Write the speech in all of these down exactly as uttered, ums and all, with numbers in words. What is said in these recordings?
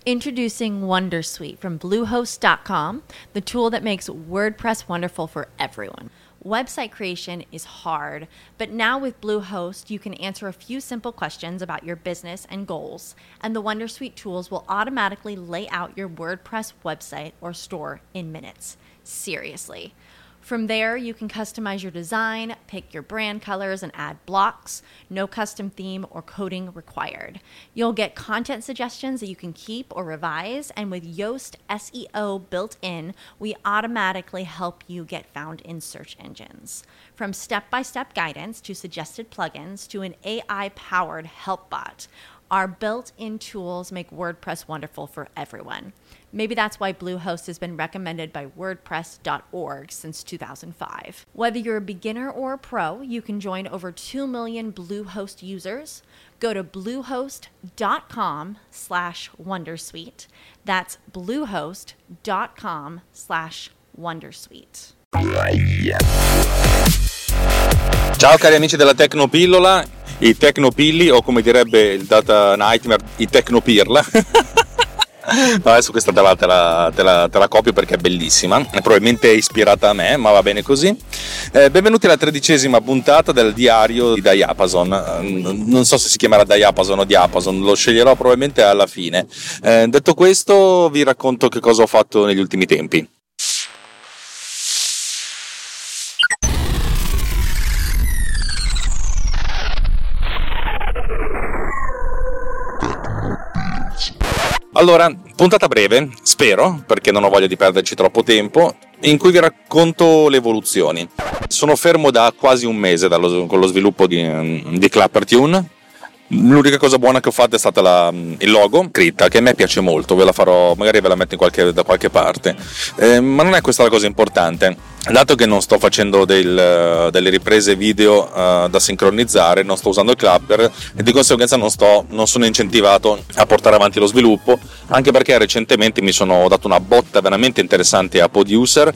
Introducing Wondersuite from Bluehost dot com, the tool that makes WordPress wonderful for everyone. Website creation is hard, but now with Bluehost, you can answer a few simple questions about your business and goals, and the Wondersuite tools will automatically lay out your WordPress website or store in minutes. Seriously. From there, you can customize your design, pick your brand colors, and add blocks. No custom theme or coding required. You'll get content suggestions that you can keep or revise, and with Yoast S E O built in, we automatically help you get found in search engines. From step-by-step guidance to suggested plugins to an A I-powered help bot, our built-in tools make WordPress wonderful for everyone. Maybe that's why Bluehost has been recommended by WordPress dot org since two thousand five. Whether you're a beginner or a pro, you can join over two million Bluehost users. Go to bluehost dot com slash wondersuite. That's bluehost dot com slash wondersuite. Ciao cari amici della Tecnopillola, i Tecnopilli, o come direbbe il Data Nightmare, i Tecnopirla. No, adesso questa te la, te, la, te, la, te la copio perché è bellissima, è probabilmente ispirata a me, ma va bene così. Eh, benvenuti alla tredicesima puntata del diario di Diapason. Non so se si chiamerà Diapason o Diapason, lo sceglierò probabilmente alla fine. Eh, detto questo, vi racconto che cosa ho fatto negli ultimi tempi. Allora, puntata breve, spero, perché non ho voglia di perderci troppo tempo, in cui vi racconto le evoluzioni. Sono fermo da quasi un mese dallo, con lo sviluppo di, di Clappertune. L'unica cosa buona che ho fatto è stata la, il logo, scritta, che a me piace molto, ve la farò, magari ve la metto in qualche, da qualche parte, eh, ma non è questa la cosa importante. Dato che non sto facendo del, delle riprese video uh, da sincronizzare, non sto usando il Clapper e di conseguenza non, sto, non sono incentivato a portare avanti lo sviluppo, anche perché recentemente mi sono dato una botta veramente interessante a Poduser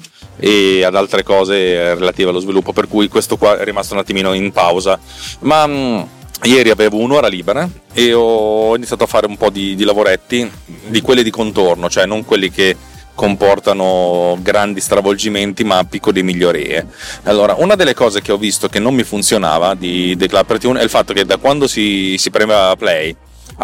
e ad altre cose relative allo sviluppo, per cui questo qua è rimasto un attimino in pausa. Ma mh, ieri avevo un'ora libera e ho iniziato a fare un po' di, di lavoretti, di quelli di contorno, cioè non quelli che comportano grandi stravolgimenti ma piccole migliorie. Allora, una delle cose che ho visto che non mi funzionava di, di Clappertune è il fatto che da quando si, si premeva play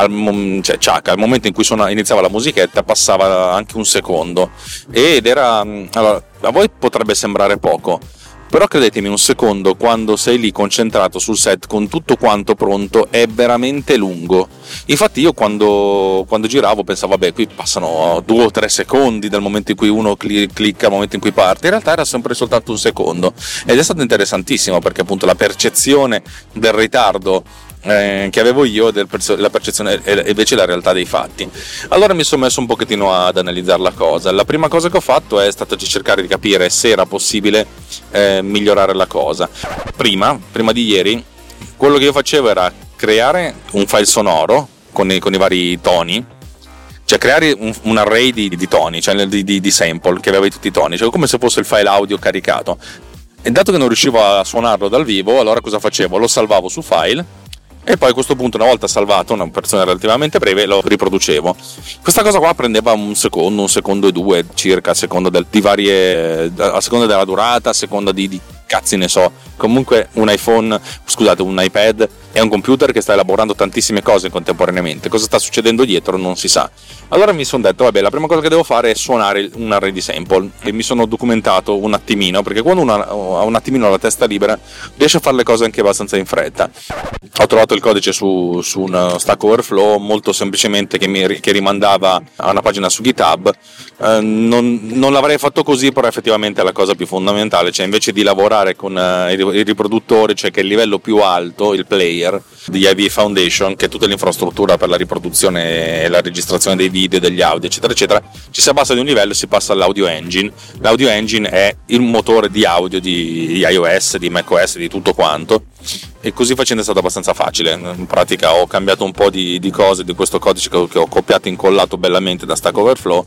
al, cioè ciaca, al momento in cui suona, iniziava la musichetta passava anche un secondo ed era, allora, a voi potrebbe sembrare poco, però credetemi, un secondo quando sei lì concentrato sul set con tutto quanto pronto è veramente lungo. Infatti io quando, quando giravo pensavo vabbè, qui passano due o tre secondi dal momento in cui uno clicca al momento in cui parte, in realtà era sempre soltanto un secondo ed è stato interessantissimo perché appunto la percezione del ritardo Eh, che avevo io del perce- la percezione e invece la realtà dei fatti. Allora mi sono messo un pochettino ad analizzare la cosa. La prima cosa che ho fatto è stata cercare di capire se era possibile eh, migliorare la cosa. Prima, prima di ieri, quello che io facevo era creare un file sonoro con i, con i vari toni, cioè creare un, un array di, di toni, cioè di, di, di sample che aveva tutti i toni, cioè come se fosse il file audio caricato. E dato che non riuscivo a suonarlo dal vivo, allora cosa facevo? Lo salvavo su file e poi a questo punto, una volta salvato, una versione relativamente breve, lo riproducevo. Questa cosa qua prendeva un secondo, un secondo e due circa, a seconda del, di varie, a seconda della durata, a seconda di, di cazzi ne so. Comunque un iPhone, scusate, un iPad è un computer che sta elaborando tantissime cose contemporaneamente. Cosa sta succedendo dietro non si sa. Allora mi sono detto, vabbè, la prima cosa che devo fare è suonare un array di sample e mi sono documentato un attimino, perché quando uno ha un attimino la testa libera riesce a fare le cose anche abbastanza in fretta. Ho trovato il codice su, su un Stack Overflow molto semplicemente che, mi, che rimandava a una pagina su GitHub. Eh, non, non l'avrei fatto così, però effettivamente è la cosa più fondamentale, cioè invece di lavorare con uh, il riproduttore, cioè che è il livello più alto, il player di I V Foundation, che è tutta l'infrastruttura per la riproduzione e la registrazione dei video, degli audio eccetera eccetera, ci si abbassa di un livello e si passa all'audio engine. L'audio engine è il motore di audio di iOS, di macOS, di tutto quanto, e così facendo è stato abbastanza facile. In pratica ho cambiato un po' di, di cose di questo codice che ho, che ho copiato e incollato bellamente da Stack Overflow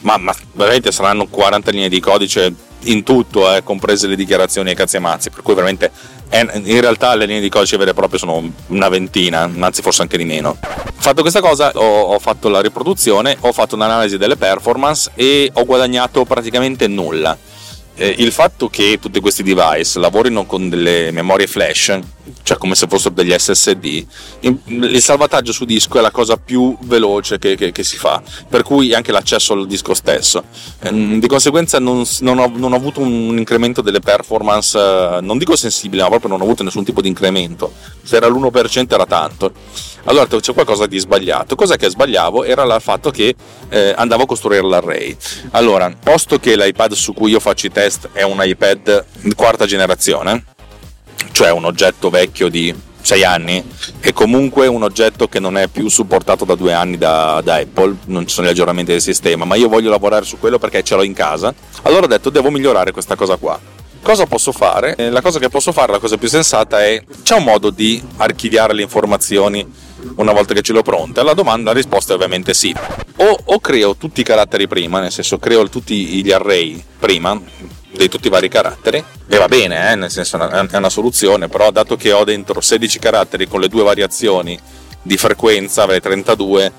ma, ma veramente saranno quaranta linee di codice in tutto, eh, comprese le dichiarazioni e cazzi e mazzi, per cui veramente è, in realtà le linee di codice vere e proprie sono una ventina, anzi forse anche di meno. Fatto questa cosa, ho, ho fatto la riproduzione, ho fatto un'analisi delle performance e ho guadagnato praticamente nulla. Eh, il fatto che tutti questi device lavorino con delle memorie flash, cioè come se fossero degli S S D, il salvataggio su disco è la cosa più veloce che, che, che si fa, per cui anche l'accesso al disco stesso. Eh, di conseguenza non, non, ho, non ho avuto un incremento delle performance, eh, non dico sensibile, ma proprio non ho avuto nessun tipo di incremento. Se era l'uno per cento era tanto. Allora c'è qualcosa di sbagliato. Cosa che sbagliavo era il fatto che eh, andavo a costruire l'array. Allora, posto che l'iPad su cui io faccio i test è un iPad di quarta generazione, cioè un oggetto vecchio di sei anni, e comunque un oggetto che non è più supportato da due anni da, da Apple, non ci sono gli aggiornamenti del sistema, ma io voglio lavorare su quello perché ce l'ho in casa. Allora ho detto, devo migliorare questa cosa qua. Cosa posso fare? Eh, la cosa che posso fare, la cosa più sensata è: c'è un modo di archiviare le informazioni una volta che ce l'ho pronta? La domanda, la risposta è ovviamente sì. O, o creo tutti i caratteri prima, nel senso creo tutti gli array prima di tutti i vari caratteri, e va bene, eh, nel senso è una soluzione, però dato che ho dentro sedici caratteri con le due variazioni di frequenza, avrei trentadue,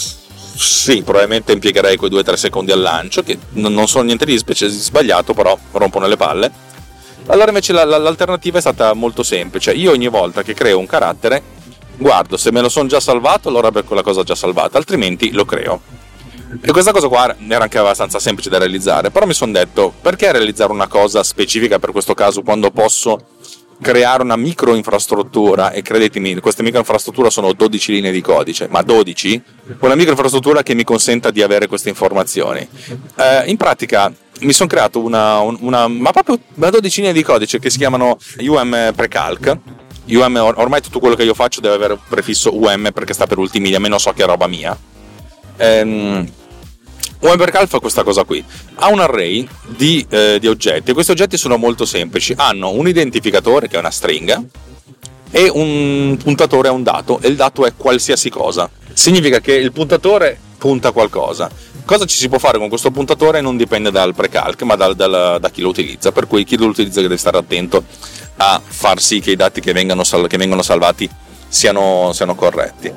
sì, probabilmente impiegherei quei due tre secondi al lancio, che non sono niente di specie di sbagliato, però rompono le palle. Allora invece la, la, l'alternativa è stata molto semplice. Io ogni volta che creo un carattere guardo se me lo sono già salvato, allora per quella cosa già salvata, altrimenti lo creo. E questa cosa qua era anche abbastanza semplice da realizzare, però mi sono detto, perché realizzare una cosa specifica per questo caso quando posso creare una micro infrastruttura? E credetemi, queste micro infrastrutture sono dodici linee di codice, ma dodici? Una micro infrastruttura che mi consenta di avere queste informazioni. Eh, in pratica mi sono creato una, una, ma proprio una dodicina di codice che si chiamano U M Precalc. U M, ormai tutto quello che io faccio deve avere un prefisso U M perché sta per ultimi, a meno so che è roba mia. ehm, U M Precalc fa questa cosa qui: ha un array di, eh, di oggetti, e questi oggetti sono molto semplici, hanno un identificatore che è una stringa e un puntatore a un dato, e il dato è qualsiasi cosa. Significa che il puntatore punta qualcosa. Cosa ci si può fare con questo puntatore non dipende dal precalc, ma dal, dal, da chi lo utilizza, per cui chi lo utilizza deve stare attento a far sì che i dati che vengono, sal- che vengono salvati siano, siano corretti.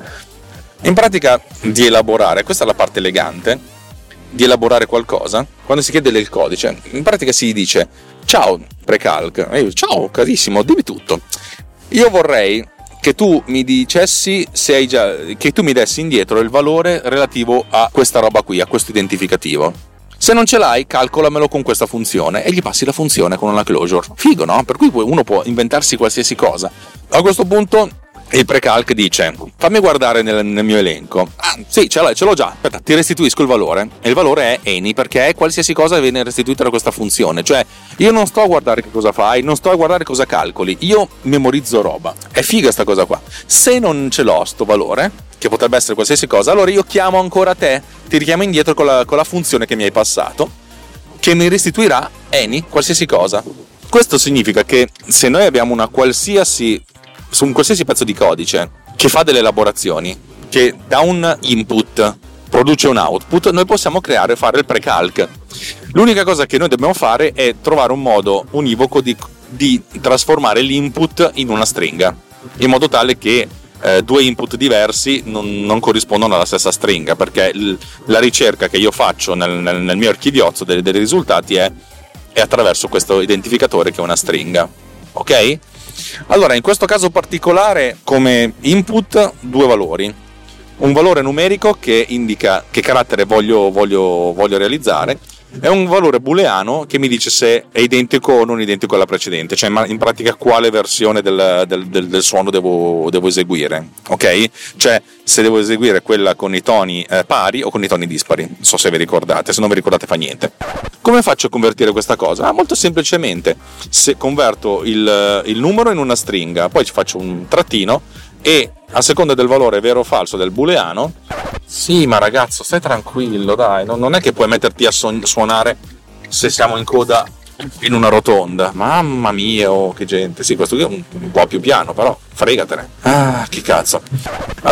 In pratica, di elaborare, questa è la parte elegante, di elaborare qualcosa, quando si chiede il codice, in pratica si dice: ciao precalc, e io, ciao carissimo, dimmi tutto. Io vorrei che tu mi dicessi se hai già, che tu mi dessi indietro il valore relativo a questa roba qui, a questo identificativo. Se non ce l'hai, calcolamelo con questa funzione, e gli passi la funzione con una closure. Figo, no? Per cui uno può inventarsi qualsiasi cosa. A questo punto il precalc dice: fammi guardare nel, nel mio elenco. Ah, sì, ce l'ho, ce l'ho già. Aspetta, ti restituisco il valore. E il valore è any, perché è qualsiasi cosa viene restituita da questa funzione. Cioè, io non sto a guardare che cosa fai, non sto a guardare cosa calcoli, io memorizzo roba. È figa sta cosa qua. Se non ce l'ho sto valore, che potrebbe essere qualsiasi cosa, allora io chiamo ancora te, ti richiamo indietro con la, con la funzione che mi hai passato, che mi restituirà any, qualsiasi cosa. Questo significa che se noi abbiamo una qualsiasi su un qualsiasi pezzo di codice che fa delle elaborazioni, che da un input produce un output, noi possiamo creare e fare il precalc. L'unica cosa che noi dobbiamo fare è trovare un modo univoco di, di trasformare l'input in una stringa, in modo tale che eh, due input diversi non, non corrispondono alla stessa stringa, perché l, la ricerca che io faccio nel, nel, nel mio archiviozzo dei, dei risultati è, è attraverso questo identificatore che è una stringa. Ok? Allora, in questo caso particolare, come input, due valori. Un valore numerico che indica che carattere voglio, voglio, voglio realizzare, e un valore booleano che mi dice se è identico o non identico alla precedente, cioè in pratica quale versione del, del, del, del suono devo, devo eseguire, ok? Cioè se devo eseguire quella con i toni eh, pari o con i toni dispari, non so se vi ricordate, se non vi ricordate fa niente. Come faccio a convertire questa cosa? Ah, molto semplicemente, se converto il, il numero in una stringa, poi ci faccio un trattino, e a seconda del valore vero o falso del booleano. Sì, ma ragazzo, stai tranquillo, dai, non è che puoi metterti a suonare se siamo in coda in una rotonda. Mamma mia, oh, che gente. Sì, questo qui è un, un po' più piano, però fregatene. Ah, che cazzo. Allora,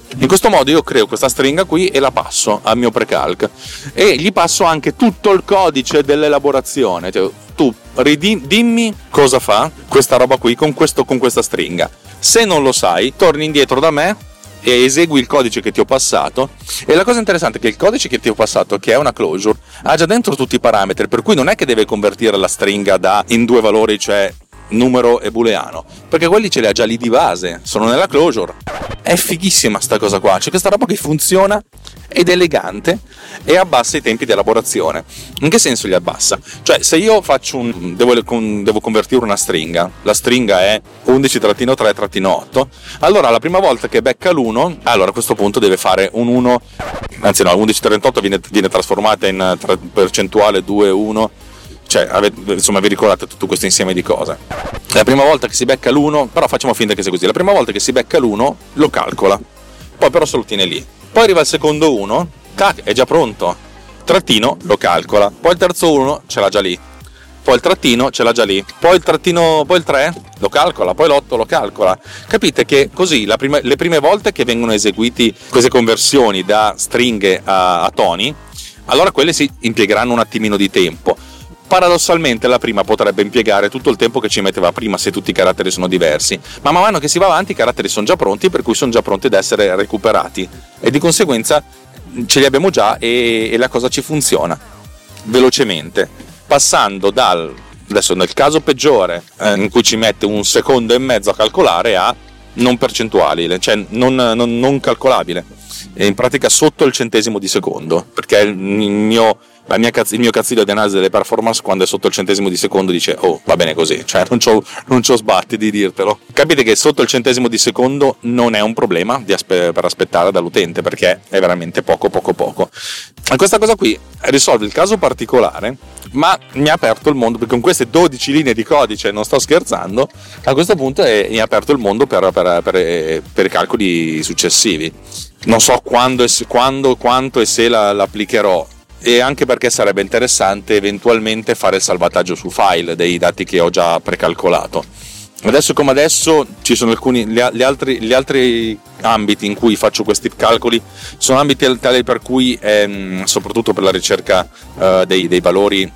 In questo modo io creo questa stringa qui e la passo al mio precalc e gli passo anche tutto il codice dell'elaborazione. Cioè, tu ridim- dimmi cosa fa questa roba qui con, questo, con questa stringa. Se non lo sai, torni indietro da me e esegui il codice che ti ho passato. E la cosa interessante è che il codice che ti ho passato, che è una closure, ha già dentro tutti i parametri, per cui non è che deve convertire la stringa da in due valori, cioè numero e booleano, perché quelli ce li ha già lì di base, sono nella closure. È fighissima sta cosa qua, c'è questa roba che funziona ed è elegante e abbassa i tempi di elaborazione. In che senso li abbassa? Cioè, se io faccio un devo, devo convertire una stringa, la stringa è undici tre otto, allora la prima volta che becca l'uno, allora a questo punto deve fare un uno, anzi no, undici trentotto viene, viene trasformata in percentuale due uno. Cioè, avete, insomma, vi ricordate tutto questo insieme di cose. La prima volta che si becca l'uno, però facciamo finta che sia così, la prima volta che si becca l'uno lo calcola, poi però se lo tiene lì. Poi arriva il secondo uno, tac, è già pronto, trattino, lo calcola, poi il terzo uno ce l'ha già lì, poi il trattino ce l'ha già lì, poi il trattino, poi il tre lo calcola, poi l'otto lo calcola. Capite che così la prima, le prime volte che vengono eseguiti queste conversioni da stringhe a, a toni, allora quelle si impiegheranno un attimino di tempo. Paradossalmente la prima potrebbe impiegare tutto il tempo che ci metteva prima se tutti i caratteri sono diversi, ma man mano che si va avanti i caratteri sono già pronti, per cui sono già pronti ad essere recuperati e di conseguenza ce li abbiamo già e, e la cosa ci funziona velocemente, passando dal, adesso nel caso peggiore eh, in cui ci mette un secondo e mezzo a calcolare, a non percentuali, cioè non, non, non calcolabile, e in pratica sotto il centesimo di secondo, perché il mio La mia cazz- il mio cazzillo di analisi delle performance, quando è sotto il centesimo di secondo, dice oh, va bene così, cioè non c'ho, non c'ho sbatti di dirtelo. Capite che sotto il centesimo di secondo non è un problema di aspe- per aspettare dall'utente, perché è veramente poco poco poco. E questa cosa qui risolve il caso particolare, ma mi ha aperto il mondo, perché con queste dodici linee di codice, non sto scherzando, a questo punto è, mi ha aperto il mondo per, per, per, per i calcoli successivi. Non so quando, e se, quando quanto e se la, l'applicherò, e anche perché sarebbe interessante eventualmente fare il salvataggio su file dei dati che ho già precalcolato. Adesso come adesso ci sono alcuni gli, gli, altri, gli altri ambiti in cui faccio questi calcoli, sono ambiti tali per cui ehm, soprattutto per la ricerca eh, dei, dei valori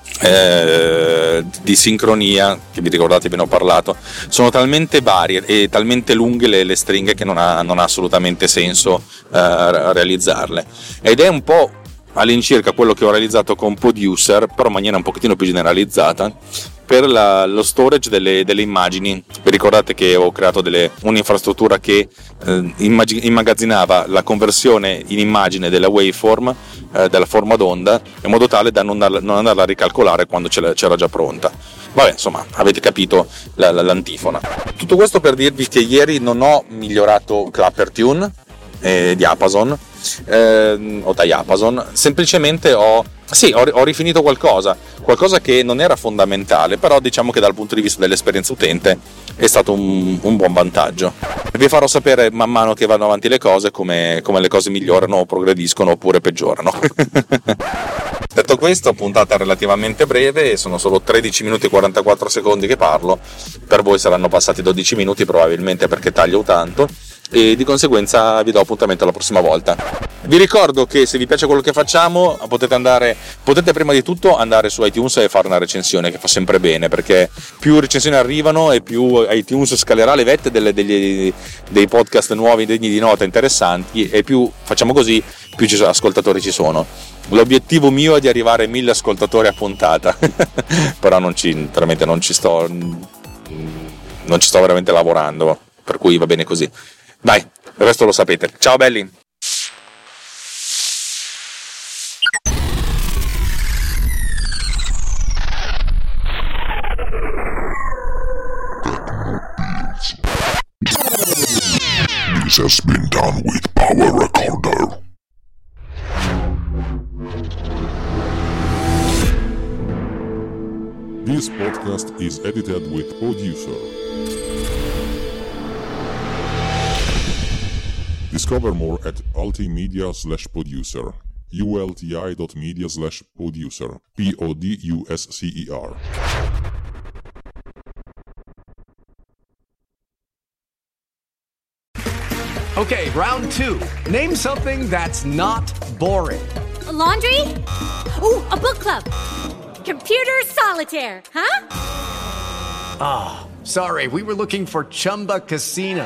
eh, di sincronia, che vi ricordate ve ne ho parlato, sono talmente varie e talmente lunghe le, le stringhe che non ha, non ha assolutamente senso eh, realizzarle, ed è un po' all'incirca quello che ho realizzato con Poduser, però in maniera un pochettino più generalizzata, per la, lo storage delle, delle immagini. Vi ricordate che ho creato delle, un'infrastruttura che eh, immag- immagazzinava la conversione in immagine della waveform, eh, della forma d'onda, in modo tale da non, dar, non andarla a ricalcolare quando c'era già pronta. Vabbè, insomma, avete capito la, la, l'antifona. Tutto questo per dirvi che ieri non ho migliorato Clappertune e Diapason eh, o Diapason, semplicemente ho sì ho, ho rifinito qualcosa qualcosa che non era fondamentale, però diciamo che dal punto di vista dell'esperienza utente è stato un, un buon vantaggio. Vi farò sapere man mano che vanno avanti le cose come, come le cose migliorano o progrediscono oppure peggiorano. Detto questo, puntata relativamente breve, sono solo tredici minuti e quarantaquattro secondi che parlo, per voi saranno passati dodici minuti probabilmente perché taglio tanto, e di conseguenza vi do appuntamento la prossima volta. Vi ricordo che se vi piace quello che facciamo potete andare potete prima di tutto andare su iTunes e fare una recensione, che fa sempre bene, perché più recensioni arrivano e più iTunes scalerà le vette delle, degli, dei podcast nuovi degni di nota interessanti, e più facciamo così più ci sono, ascoltatori ci sono. L'obiettivo mio è di arrivare a mille ascoltatori a puntata però non ci veramente non ci sto non ci sto veramente lavorando, per cui va bene così. Dai, il resto lo sapete. Ciao belli! This has been done with Power Recorder. This podcast is edited with Poduser. Discover more at ultimedia slash Poduser. ulti.media slash Poduser. P O D U S C E R. Okay, round two. Name something that's not boring. A laundry? Ooh, a book club. Computer solitaire, huh? Ah, oh, sorry, we were looking for Chumba Casino.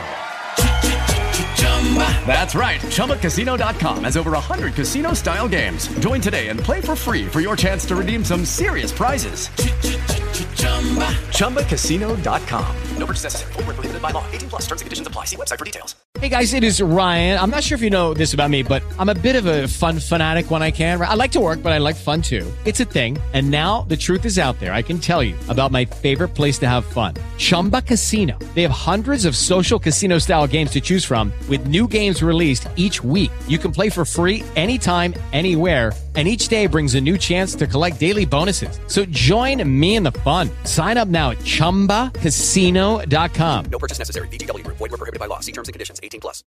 That's right, Chumba Casino dot com has over one hundred casino-style games. Join today and play for free for your chance to redeem some serious prizes. Chumba Casino dot com. No purchase necessary. Void where prohibited by law. eighteen plus terms and conditions apply. See website for details. Hey guys, it is Ryan. I'm not sure if you know this about me, but I'm a bit of a fun fanatic when I can. I like to work, but I like fun too. It's a thing. And now the truth is out there. I can tell you about my favorite place to have fun. Chumba Casino. They have hundreds of social casino style games to choose from with new games released each week. You can play for free anytime, anywhere. And each day brings a new chance to collect daily bonuses. So join me in the fun. Sign up now at Chumba Casino dot com. No purchase necessary. V G W Group. Void where prohibited by law. See terms and conditions. eighteen plus.